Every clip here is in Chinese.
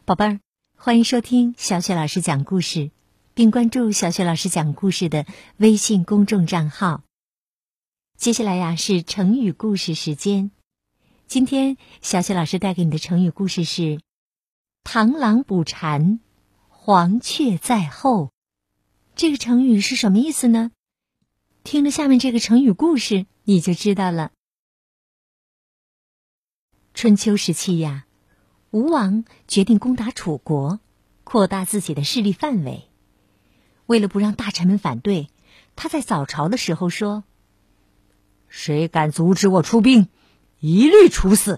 宝贝儿，欢迎收听小雪老师讲故事，并关注小雪老师讲故事的微信公众账号。接下来是成语故事时间。今天小雪老师带给你的成语故事是螳螂捕蝉，黄雀在后。这个成语是什么意思呢？听了下面这个成语故事，你就知道了。春秋时期呀，吴王决定攻打楚国，扩大自己的势力范围。为了不让大臣们反对，他在早朝的时候说：谁敢阻止我出兵，一律处死。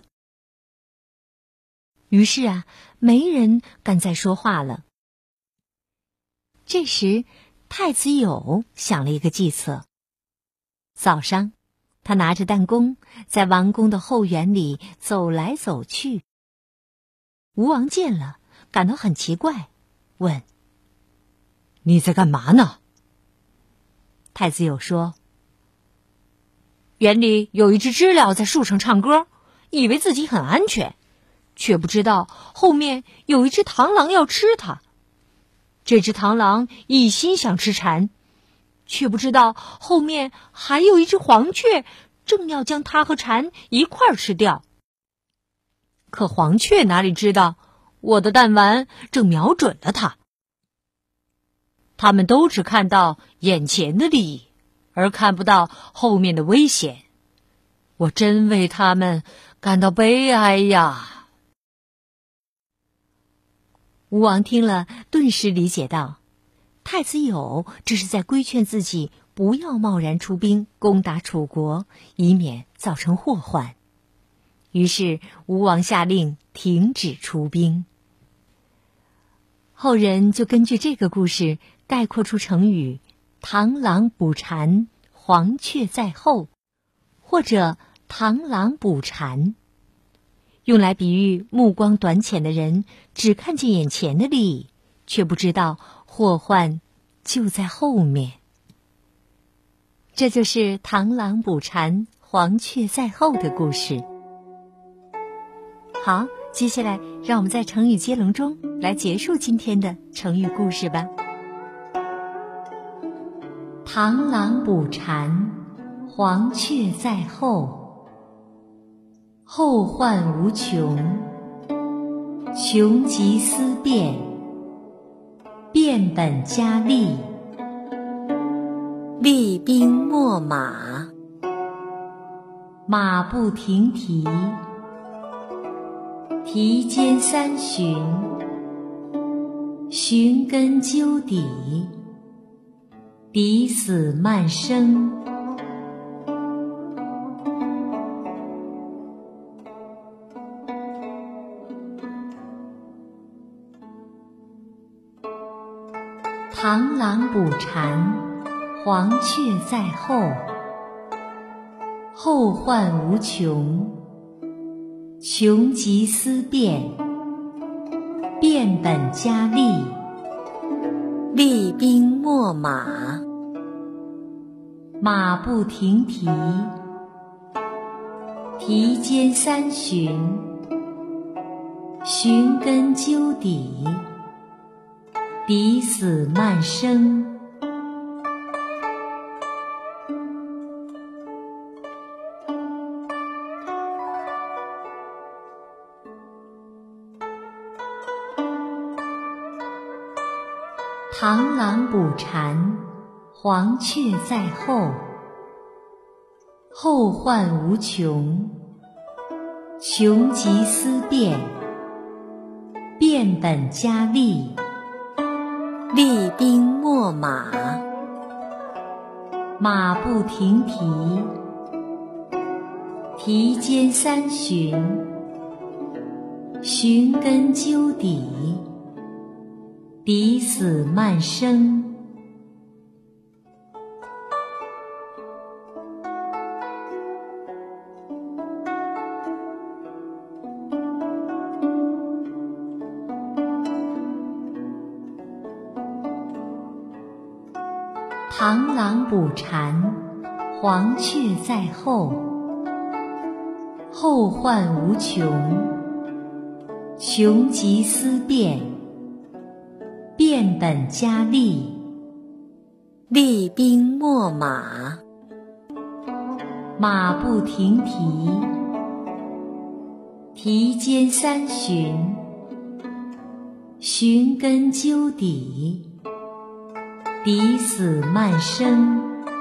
于是没人敢再说话了。这时太子友想了一个计策。早上他拿着弹弓在王宫的后园里走来走去。吴王见了，感到很奇怪，问：你在干嘛呢？太子友说：园里有一只知了在树上唱歌，以为自己很安全，却不知道后面有一只螳螂要吃它。这只螳螂一心想吃蝉，却不知道后面还有一只黄雀正要将它和蝉一块儿吃掉。可黄雀哪里知道，我的弹丸正瞄准了它。他们都只看到眼前的利益，而看不到后面的危险。我真为他们感到悲哀呀！吴王听了，顿时理解到，太子友这是在规劝自己不要贸然出兵攻打楚国，以免造成祸患。于是吴王下令停止出兵。后人就根据这个故事概括出成语螳螂捕蝉，黄雀在后，或者螳螂捕蝉，用来比喻目光短浅的人只看见眼前的利益，却不知道祸患就在后面。这就是螳螂捕蝉，黄雀在后的故事。好，接下来让我们在成语接龙中来结束今天的成语故事吧。螳螂捕蝉，黄雀在后，后患无穷，穷极思变，变本加厉，厉兵秣马，马不停蹄，蹄尖三旬，寻根究底，抵死慢生。螳螂捕蝉，黄雀在后，后患无穷，穷极思变，变本加厉，厉兵秣马，马不停蹄，蹄尖三旬，寻根究底，抵死慢生。螳螂捕蝉，黄雀在后，后患无穷，穷极思变，变本加厉，厉兵秣马，马不停蹄，蹄尖三旬，寻根究底，抵死慢生。螳螂捕蝉，黄雀在后，后患无穷， 穷极思变，变本加厉，厉兵秣马，马不停蹄，蹄间三旬，寻根究底，抵死慢生。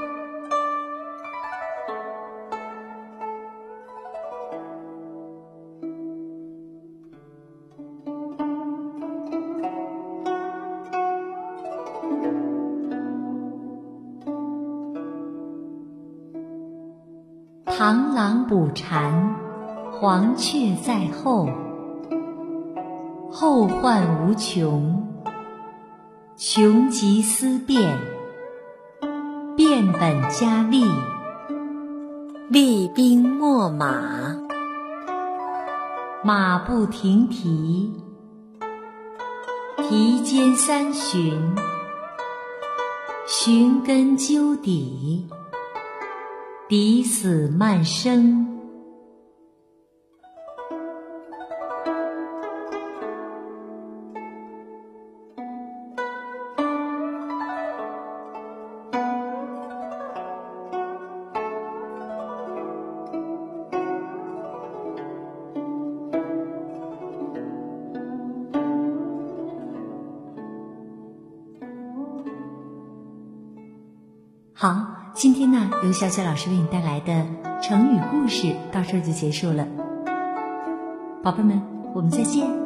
螳螂捕蝉，黄雀在后，后患无穷，穷极思变，变本加厉，厉兵秣马，马不停蹄，蹄间三旬，寻根究底，抵死慢生。好，今天呢，由小雪老师为你带来的成语故事到这儿就结束了。宝贝们，我们再见。